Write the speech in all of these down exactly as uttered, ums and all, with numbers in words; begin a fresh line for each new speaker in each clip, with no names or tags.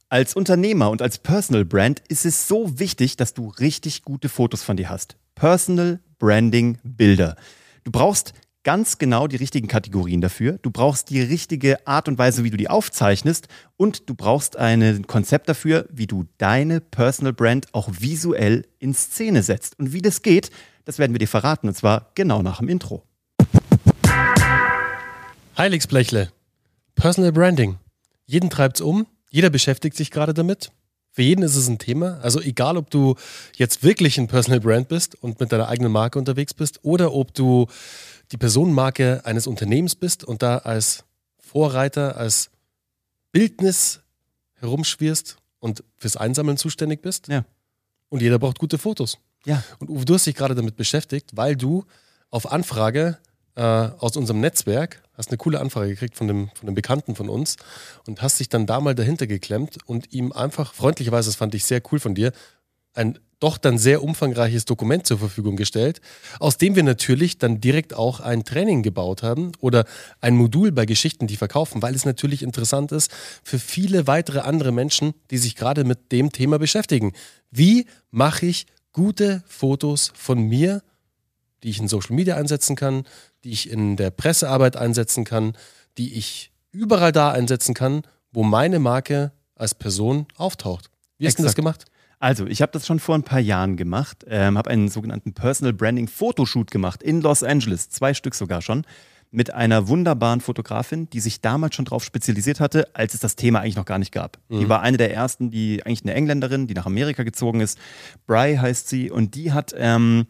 Als Unternehmer und als Personal Brand ist es so wichtig, dass du richtig gute Fotos von dir hast. Personal Branding Bilder. Du brauchst ganz genau die richtigen Kategorien dafür. Du brauchst die richtige Art und Weise, wie du die aufzeichnest. Und du brauchst ein Konzept dafür, wie du deine Personal Brand auch visuell in Szene setzt. Und wie das geht, das werden wir dir verraten. Und zwar genau nach dem Intro.
Heiligsblechle. Personal Branding. Jeden treibt's um. Jeder beschäftigt sich gerade damit. Für jeden ist es ein Thema. Also egal, ob du jetzt wirklich ein Personal Brand bist und mit deiner eigenen Marke unterwegs bist oder ob du die Personenmarke eines Unternehmens bist und da als Vorreiter, als Bildnis herumschwirrst und fürs Einsammeln zuständig bist.
Ja.
Und jeder braucht gute Fotos.
Ja.
Und Uwe, du hast dich gerade damit beschäftigt, weil du auf Anfrage äh, aus unserem Netzwerk hast eine coole Anfrage gekriegt von dem, von einem Bekannten von uns und hast dich dann da mal dahinter geklemmt und ihm einfach, freundlicherweise, das fand ich sehr cool von dir, ein doch dann sehr umfangreiches Dokument zur Verfügung gestellt, aus dem wir natürlich dann direkt auch ein Training gebaut haben oder ein Modul bei Geschichten, die verkaufen, weil es natürlich interessant ist für viele weitere andere Menschen, die sich gerade mit dem Thema beschäftigen. Wie mache ich gute Fotos von mir, die ich in Social Media einsetzen kann, die ich in der Pressearbeit einsetzen kann, die ich überall da einsetzen kann, wo meine Marke als Person auftaucht. Wie hast du das gemacht?
Also, ich habe das schon vor ein paar Jahren gemacht, ähm, habe einen sogenannten Personal Branding Fotoshoot gemacht in Los Angeles, zwei Stück sogar schon, mit einer wunderbaren Fotografin, die sich damals schon drauf spezialisiert hatte, als es das Thema eigentlich noch gar nicht gab. Mhm. Die war eine der ersten, die eigentlich eine Engländerin, die nach Amerika gezogen ist. Bry heißt sie und die hat ähm,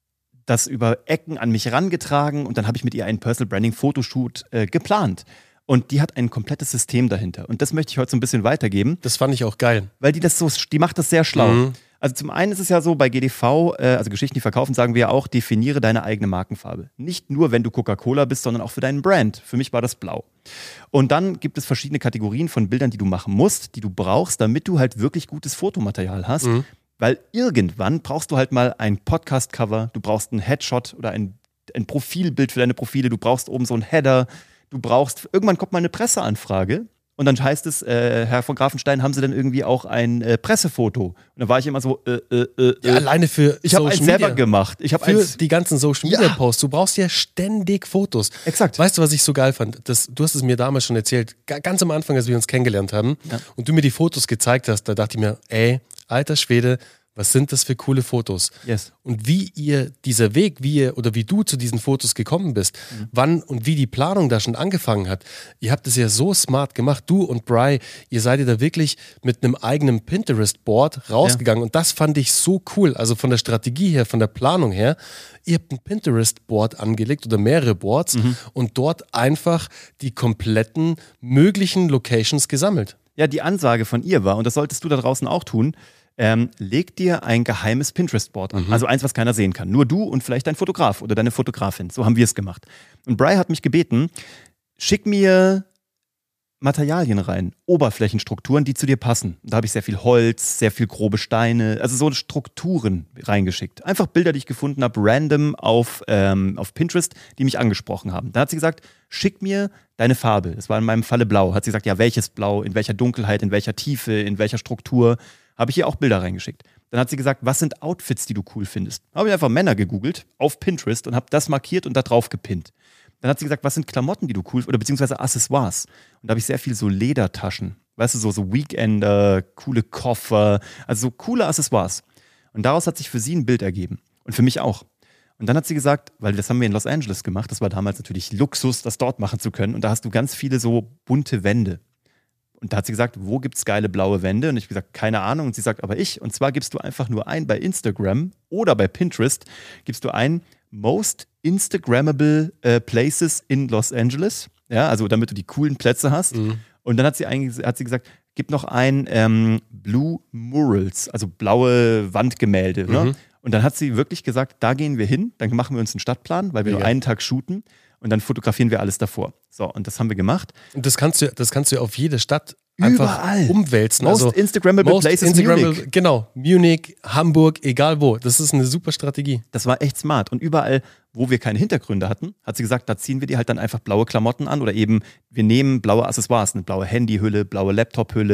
das über Ecken an mich herangetragen und dann habe ich mit ihr einen Personal Branding Fotoshoot äh, geplant. Und die hat ein komplettes System dahinter. Und das möchte ich heute so ein bisschen weitergeben.
Das fand ich auch geil.
Weil die das so, die macht das sehr schlau. Mhm. Also zum einen ist es ja so, bei G D V, äh, also Geschichten, die verkaufen, sagen wir ja auch, definiere deine eigene Markenfarbe. Nicht nur, wenn du Coca-Cola bist, sondern auch für deinen Brand. Für mich war das blau. Und dann gibt es verschiedene Kategorien von Bildern, die du machen musst, die du brauchst, damit du halt wirklich gutes Fotomaterial hast. Mhm. Weil irgendwann brauchst du halt mal ein Podcast-Cover, du brauchst einen Headshot oder ein, ein Profilbild für deine Profile, du brauchst oben so einen Header, du brauchst, irgendwann kommt mal eine Presseanfrage und dann heißt es, äh, Herr von Grafenstein, haben Sie denn irgendwie auch ein äh, Pressefoto? Und dann war ich immer so, äh, äh, äh.
Ja, alleine für
Ich habe eins selber gemacht. Ich
für eins, die ganzen Social-Media-Posts. Du brauchst ja ständig Fotos.
Exakt.
Weißt du, was ich so geil fand? Das, du hast es mir damals schon erzählt, ganz am Anfang, als wir uns kennengelernt haben ja. und du mir die Fotos gezeigt hast, da dachte ich mir, ey, alter Schwede, was sind das für coole Fotos?
Yes.
Und wie ihr, dieser Weg, wie ihr oder wie du zu diesen Fotos gekommen bist, mhm. wann und wie die Planung da schon angefangen hat. Ihr habt es ja so smart gemacht, du und Bry, ihr seid ja da wirklich mit einem eigenen Pinterest-Board rausgegangen ja. und das fand ich so cool. Also von der Strategie her, von der Planung her, ihr habt ein Pinterest-Board angelegt oder mehrere Boards mhm. und dort einfach die kompletten möglichen Locations gesammelt.
Ja, die Ansage von ihr war, und das solltest du da draußen auch tun, Ähm, leg dir ein geheimes Pinterest-Board an. Mhm. Also eins, was keiner sehen kann. Nur du und vielleicht dein Fotograf oder deine Fotografin. So haben wir es gemacht. Und Bry hat mich gebeten, schick mir Materialien rein, Oberflächenstrukturen, die zu dir passen. Da habe ich sehr viel Holz, sehr viel grobe Steine, also so Strukturen reingeschickt. Einfach Bilder, die ich gefunden habe, random auf, ähm, auf Pinterest, die mich angesprochen haben. Da hat sie gesagt, schick mir deine Farbe. Das war in meinem Falle blau. Hat sie gesagt, ja, welches Blau, in welcher Dunkelheit, in welcher Tiefe, in welcher Struktur. Habe ich ihr auch Bilder reingeschickt. Dann hat sie gesagt, was sind Outfits, die du cool findest? Habe ich einfach Männer gegoogelt auf Pinterest und habe das markiert und da drauf gepinnt. Dann hat sie gesagt, was sind Klamotten, die du cool findest, oder beziehungsweise Accessoires. Und da habe ich sehr viel so Ledertaschen, weißt du, so, so Weekender, coole Koffer, also so coole Accessoires. Und daraus hat sich für sie ein Bild ergeben. Und für mich auch. Und dann hat sie gesagt, weil das haben wir in Los Angeles gemacht, das war damals natürlich Luxus, das dort machen zu können. Und da hast du ganz viele so bunte Wände. Und da hat sie gesagt, wo gibt es geile blaue Wände? Und ich habe gesagt, keine Ahnung. Und sie sagt, aber ich. Und zwar gibst du einfach nur ein bei Instagram oder bei Pinterest, gibst du ein Most Instagrammable äh, Places in Los Angeles. Ja, also damit du die coolen Plätze hast. Mhm. Und dann hat sie, eigentlich, hat sie gesagt, gib noch ein ähm, Blue Murals, also blaue Wandgemälde. Mhm. Ne? Und dann hat sie wirklich gesagt, da gehen wir hin, dann machen wir uns einen Stadtplan, weil wir ja. nur einen Tag shooten. Und dann fotografieren wir alles davor. So, und das haben wir gemacht.
Und das kannst du, das kannst du auf jede Stadt einfach
Überall.
umwälzen.
Most
also
Instagrammable most Places
Instagrammable,
Munich.
Genau, Munich, Hamburg, egal wo. Das ist eine super Strategie.
Das war echt smart. Und überall, wo wir keine Hintergründe hatten, hat sie gesagt, da ziehen wir dir halt dann einfach blaue Klamotten an oder eben, wir nehmen blaue Accessoires, eine blaue Handyhülle, blaue Laptophülle,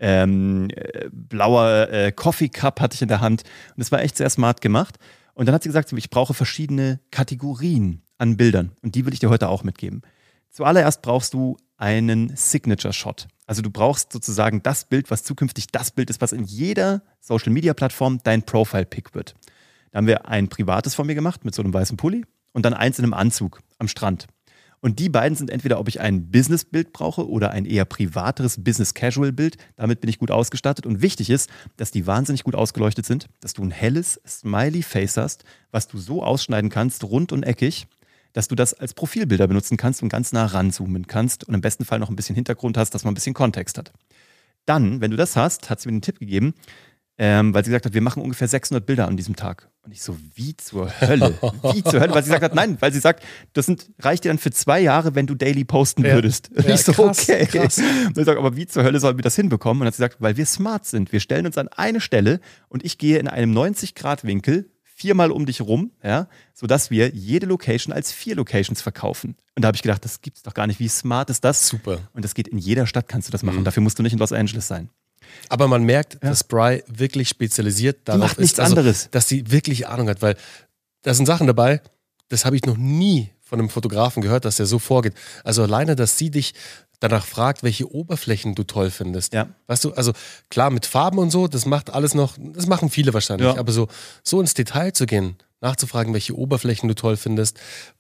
ähm, äh, blauer äh, Coffee Cup hatte ich in der Hand. Und das war echt sehr smart gemacht. Und dann hat sie gesagt, ich brauche verschiedene Kategorien an Bildern. Und die will ich dir heute auch mitgeben. Zuallererst brauchst du einen Signature-Shot. Also du brauchst sozusagen das Bild, was zukünftig das Bild ist, was in jeder Social-Media-Plattform dein Profile-Pic wird. Da haben wir ein privates von mir gemacht mit so einem weißen Pulli und dann eins in einem Anzug am Strand. Und die beiden sind entweder, ob ich ein Business-Bild brauche oder ein eher privateres Business-Casual-Bild. Damit bin ich gut ausgestattet. Und wichtig ist, dass die wahnsinnig gut ausgeleuchtet sind, dass du ein helles Smiley-Face hast, was du so ausschneiden kannst, rund und eckig, dass du das als Profilbilder benutzen kannst und ganz nah ranzoomen kannst und im besten Fall noch ein bisschen Hintergrund hast, dass man ein bisschen Kontext hat. Dann, wenn du das hast, hat sie mir einen Tipp gegeben, ähm, weil sie gesagt hat, wir machen ungefähr sechshundert Bilder an diesem Tag. Und ich so, wie zur Hölle? Wie zur Hölle? Weil sie gesagt hat, nein, weil sie sagt, das sind, reicht dir dann für zwei Jahre, wenn du daily posten
ja.
würdest. Und
ja,
ich so,
krass,
okay.
Krass.
Und ich sage, aber wie zur Hölle sollen wir das hinbekommen? Und dann hat sie gesagt, weil wir smart sind. Wir stellen uns an eine Stelle und ich gehe in einem neunzig-Grad-Winkel viermal um dich rum, ja, sodass wir jede Location als vier Locations verkaufen. Und da habe ich gedacht, das gibt's doch gar nicht. Wie smart ist das?
Super.
Und das geht in jeder Stadt, kannst du das machen. Mhm. Dafür musst du nicht in Los Angeles sein.
Aber man merkt,
ja.
dass Bry wirklich spezialisiert darauf
die macht nichts
ist, also,
anderes.
dass sie wirklich Ahnung hat, weil da sind Sachen dabei, das habe ich noch nie von einem Fotografen gehört, dass der so vorgeht. Also alleine, dass sie dich danach fragt, welche Oberflächen du toll findest.
Ja.
Weißt du, also klar, mit Farben und so, das macht alles noch, das machen viele wahrscheinlich,
ja.
aber so, so ins Detail zu gehen, nachzufragen, welche Oberflächen du toll findest,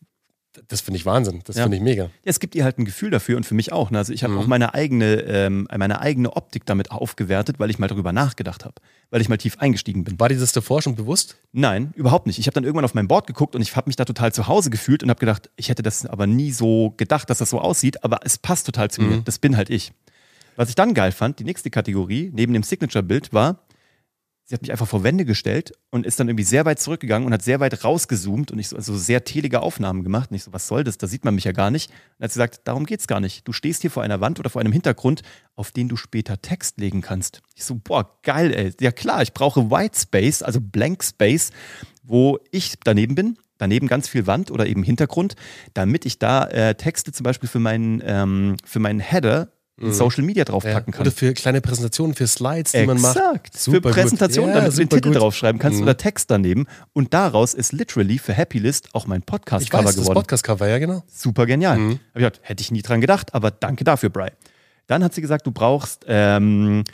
das finde ich Wahnsinn, das
ja.
finde ich mega.
Ja, es gibt ihr halt ein Gefühl dafür und für mich auch. Ne? Also ich habe mhm. auch meine eigene, ähm, meine eigene Optik damit aufgewertet, weil ich mal darüber nachgedacht habe, weil ich mal tief eingestiegen bin.
War dir das davor schon bewusst?
Nein, überhaupt nicht. Ich habe dann irgendwann auf mein Board geguckt und ich habe mich da total zu Hause gefühlt und habe gedacht, ich hätte das aber nie so gedacht, dass das so aussieht, aber es passt total zu mhm. mir. Das bin halt ich. Was ich dann geil fand, die nächste Kategorie neben dem Signature-Bild war, sie hat mich einfach vor Wände gestellt und ist dann irgendwie sehr weit zurückgegangen und hat sehr weit rausgezoomt und ich so also sehr telige Aufnahmen gemacht. Und ich so, was soll das? Da sieht man mich ja gar nicht. Und dann hat sie gesagt, darum geht's gar nicht. Du stehst hier vor einer Wand oder vor einem Hintergrund, auf den du später Text legen kannst. Ich so, boah, geil, ey. Ja klar, ich brauche White Space, also Blank Space, wo ich daneben bin. Daneben ganz viel Wand oder eben Hintergrund, damit ich da äh, Texte zum Beispiel für meinen, ähm, für meinen Header in Social Media draufpacken
ja.
kann.
Oder für kleine Präsentationen, für Slides, die
Exakt.
man macht.
Exakt. Für Präsentationen, ja, damit du den Titel gut. draufschreiben kannst mhm. oder Text daneben. Und daraus ist literally für Happylist auch mein Podcast-Cover geworden.
Das Podcast-Cover, ja genau.
Super genial. Mhm. Hab ich gedacht, hätte ich nie dran gedacht, aber danke dafür, Bry. Dann hat sie gesagt, du brauchst, ähm,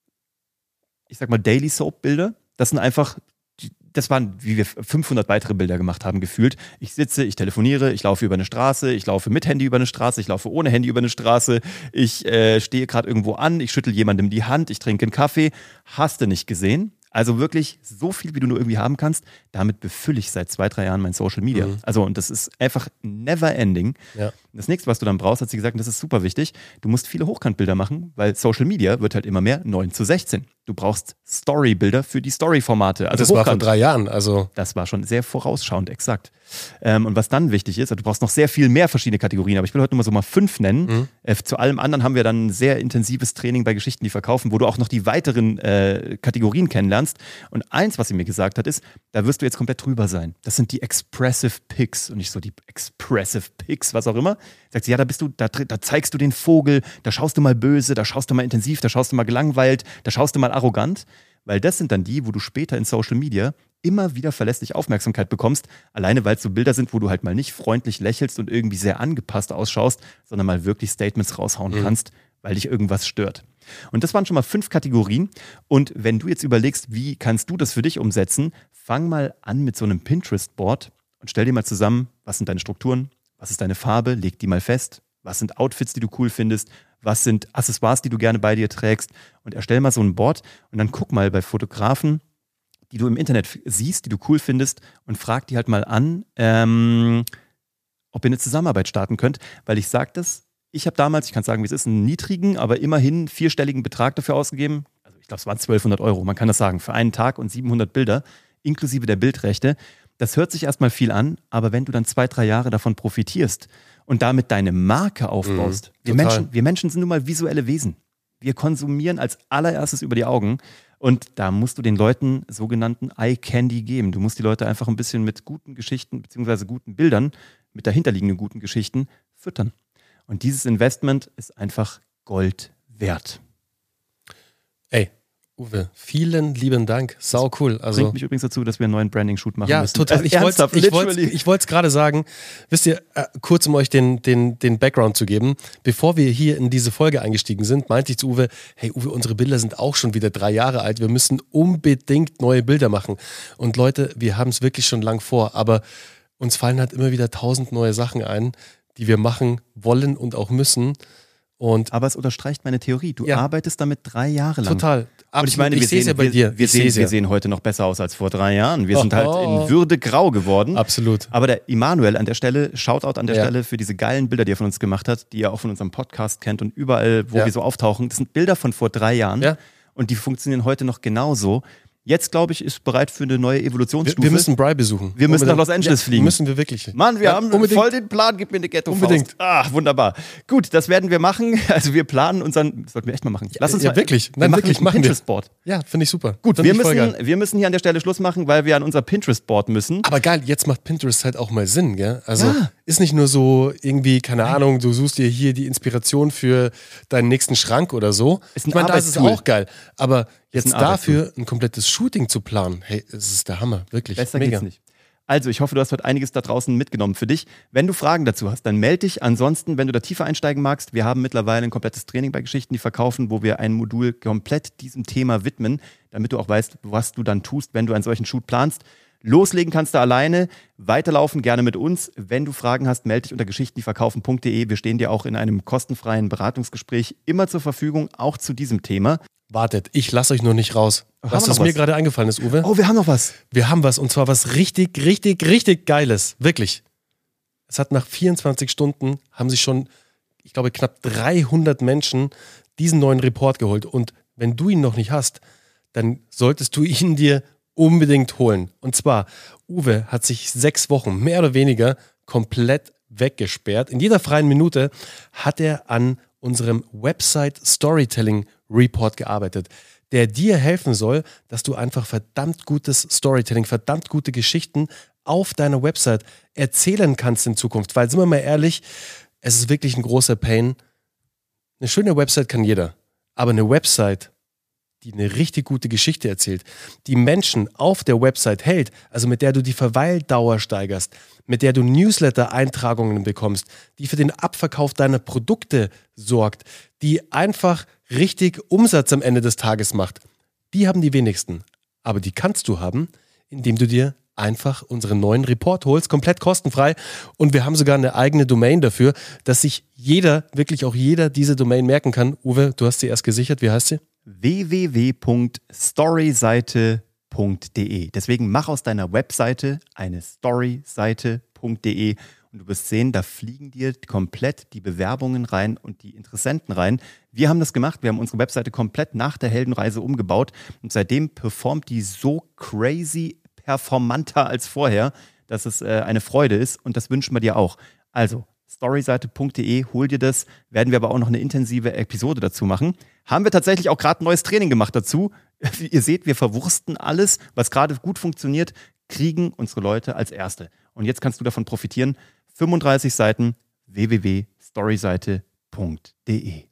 ich sag mal, Daily Soap-Bilder. Das sind einfach... Das waren, wie wir fünfhundert weitere Bilder gemacht haben, gefühlt. Ich sitze, ich telefoniere, ich laufe über eine Straße, ich laufe mit Handy über eine Straße, ich laufe ohne Handy über eine Straße, ich äh, stehe gerade irgendwo an, ich schüttel jemandem die Hand, ich trinke einen Kaffee. Hast du nicht gesehen? Also wirklich so viel, wie du nur irgendwie haben kannst. Damit befülle ich seit zwei, drei Jahren mein Social Media. Mhm. Also und das ist einfach never ending.
Ja.
Das nächste, was du dann brauchst, hat sie gesagt, und das ist super wichtig, du musst viele Hochkantbilder machen, weil Social Media wird halt immer mehr neun zu sechzehn. Du brauchst Storybilder für die Story-Formate. Also
das Hochkant. War vor drei Jahren. Also
das war schon sehr vorausschauend, exakt. Ähm, und was dann wichtig ist, also du brauchst noch sehr viel mehr verschiedene Kategorien, aber ich will heute nur mal so mal fünf nennen. Mhm. Äh, zu allem anderen haben wir dann ein sehr intensives Training bei Geschichten, die verkaufen, wo du auch noch die weiteren äh, Kategorien kennenlernst. Und eins, was sie mir gesagt hat, ist, da wirst du jetzt komplett drüber sein. Das sind die Expressive Pics und nicht so die Expressive Pics, was auch immer. Sagt sie, ja, da bist du, da, da zeigst du den Vogel, da schaust du mal böse, da schaust du mal intensiv, da schaust du mal gelangweilt, da schaust du mal arrogant, weil das sind dann die, wo du später in Social Media immer wieder verlässlich Aufmerksamkeit bekommst, alleine weil es so Bilder sind, wo du halt mal nicht freundlich lächelst und irgendwie sehr angepasst ausschaust, sondern mal wirklich Statements raushauen mhm. kannst, weil dich irgendwas stört. Und das waren schon mal fünf Kategorien. Und wenn du jetzt überlegst, wie kannst du das für dich umsetzen, fang mal an mit so einem Pinterest-Board und stell dir mal zusammen, was sind deine Strukturen, was ist deine Farbe, leg die mal fest, was sind Outfits, die du cool findest, was sind Accessoires, die du gerne bei dir trägst und erstell mal so ein Board und dann guck mal bei Fotografen, die du im Internet siehst, die du cool findest und frag die halt mal an, ähm, ob ihr eine Zusammenarbeit starten könnt, weil ich sage das, ich habe damals, ich kann sagen, wie es ist, einen niedrigen, aber immerhin vierstelligen Betrag dafür ausgegeben, also ich glaube, es waren zwölfhundert Euro, man kann das sagen, für einen Tag und siebenhundert Bilder, inklusive der Bildrechte. Das hört sich erstmal viel an, aber wenn du dann zwei, drei Jahre davon profitierst und damit deine Marke aufbaust, mhm, wir, Menschen, wir Menschen sind nun mal visuelle Wesen. Wir konsumieren als allererstes über die Augen und da musst du den Leuten sogenannten Eye Candy geben. Du musst die Leute einfach ein bisschen mit guten Geschichten bzw. guten Bildern, mit dahinterliegenden guten Geschichten füttern. Und dieses Investment ist einfach Gold wert.
Uwe, vielen lieben Dank. Sau cool. Also,
bringt mich übrigens dazu, dass wir einen neuen Branding-Shoot machen
ja,
müssen.
total.
Also
ich wollte
ernsthaft,
ich wollte,
literally.
ich wollte es gerade sagen. Wisst ihr, äh, kurz um euch den, den, den Background zu geben, bevor wir hier in diese Folge eingestiegen sind, meinte ich zu Uwe, hey Uwe, unsere Bilder sind auch schon wieder drei Jahre alt. Wir müssen unbedingt neue Bilder machen. Und Leute, wir haben es wirklich schon lang vor, aber uns fallen halt immer wieder tausend neue Sachen ein, die wir machen wollen und auch müssen. Und
Aber es unterstreicht meine Theorie. Du
Ja.
arbeitest damit drei Jahre lang.
total.
Und ich meine,
ich
wir
sehe es
sehen,
ja bei
wir,
dir.
Wir,
Ich
sehen,
seh's
wir
ja.
sehen heute noch besser aus als vor drei Jahren. Wir sind
Oh.
halt in Würde grau geworden.
Absolut.
Aber der Immanuel an der Stelle, Shoutout an der
Ja.
Stelle für diese geilen Bilder, die er von uns gemacht hat, die ihr auch von unserem Podcast kennt und überall, wo
Ja.
wir so auftauchen. Das sind Bilder von vor drei Jahren
Ja.
und die funktionieren heute noch genauso. Jetzt, glaube ich, ist bereit für eine neue
Wir,
Evolutionsstufe.
wir müssen Bry besuchen.
Wir müssen nach Los
Unbedingt.
Angeles
ja,
fliegen.
Müssen wir wirklich.
Mann, wir
Ja,
haben
unbedingt.
voll den Plan, gib mir eine Ghetto-Faust.
Unbedingt.
Ah, wunderbar. Gut, das werden wir machen. Also wir planen unseren, das sollten wir echt mal machen. Lass uns
ja,
mal,
wirklich.
Wir
Nein,
machen
wirklich,
ein
machen wir.
Pinterest-Board.
Ja, finde ich super.
Gut,
Find
wir
ich voll
müssen,
geil.
wir müssen hier an der Stelle Schluss machen, weil wir an unser Pinterest-Board müssen.
Aber geil, jetzt macht Pinterest halt auch mal Sinn, gell? Also
Ja.
ist nicht nur so irgendwie, keine Ahnung, du suchst dir hier die Inspiration für deinen nächsten Schrank oder so.
Ist ein
ich meine, da ist es
Arbeitstool.
auch geil. Aber jetzt
ein
dafür ein komplettes Shooting zu planen, hey, es ist der Hammer, wirklich.
Besser
Mega.
geht's nicht. Also, ich hoffe, du hast heute einiges da draußen mitgenommen für dich. Wenn du Fragen dazu hast, dann melde dich. Ansonsten, wenn du da tiefer einsteigen magst, wir haben mittlerweile ein komplettes Training bei Geschichten, die verkaufen, wo wir ein Modul komplett diesem Thema widmen, damit du auch weißt, was du dann tust, wenn du einen solchen Shoot planst. Loslegen kannst du alleine, weiterlaufen gerne mit uns. Wenn du Fragen hast, melde dich unter geschichten die verkaufen punkt de. Wir stehen dir auch in einem kostenfreien Beratungsgespräch immer zur Verfügung, auch zu diesem Thema.
Wartet, ich lasse euch noch nicht raus.
Haben
Weißt
wir
du, was
noch
mir
was?
gerade eingefallen ist, Uwe?
Oh, wir haben noch was.
Wir haben was und zwar was richtig, richtig, richtig Geiles. Wirklich. Es hat nach vierundzwanzig Stunden haben sich schon, ich glaube, knapp dreihundert Menschen diesen neuen Report geholt. Und wenn du ihn noch nicht hast, dann solltest du ihn dir unbedingt holen. Und zwar, Uwe hat sich sechs Wochen, mehr oder weniger, komplett weggesperrt. In jeder freien Minute hat er an unserem Website Storytelling Report gearbeitet, der dir helfen soll, dass du einfach verdammt gutes Storytelling, verdammt gute Geschichten auf deiner Website erzählen kannst in Zukunft. Weil, sind wir mal ehrlich, es ist wirklich ein großer Pain. Eine schöne Website kann jeder, aber eine Website, die eine richtig gute Geschichte erzählt, die Menschen auf der Website hält, also mit der du die Verweildauer steigerst, mit der du Newsletter-Eintragungen bekommst, die für den Abverkauf deiner Produkte sorgt, die einfach richtig Umsatz am Ende des Tages macht, die haben die wenigsten. Aber die kannst du haben, indem du dir einfach unseren neuen Report holst, komplett kostenfrei. Und wir haben sogar eine eigene Domain dafür, dass sich jeder, wirklich auch jeder, diese Domain merken kann. Uwe, du hast sie erst gesichert. Wie heißt sie?
w w w punkt storyseite punkt de. Deswegen mach aus deiner Webseite eine storyseite punkt de und du wirst sehen, da fliegen dir komplett die Bewerbungen rein und die Interessenten rein. Wir haben das gemacht, wir haben unsere Webseite komplett nach der Heldenreise umgebaut und seitdem performt die so crazy performanter als vorher, dass es äh, eine Freude ist und das wünschen wir dir auch. Also storyseite punkt de, hol dir das, werden wir aber auch noch eine intensive Episode dazu machen. Haben wir tatsächlich auch gerade ein neues Training gemacht dazu. Wie ihr seht, wir verwursten alles, was gerade gut funktioniert, kriegen unsere Leute als Erste. Und jetzt kannst du davon profitieren. fünfunddreißig Seiten w w w punkt storyseite punkt de.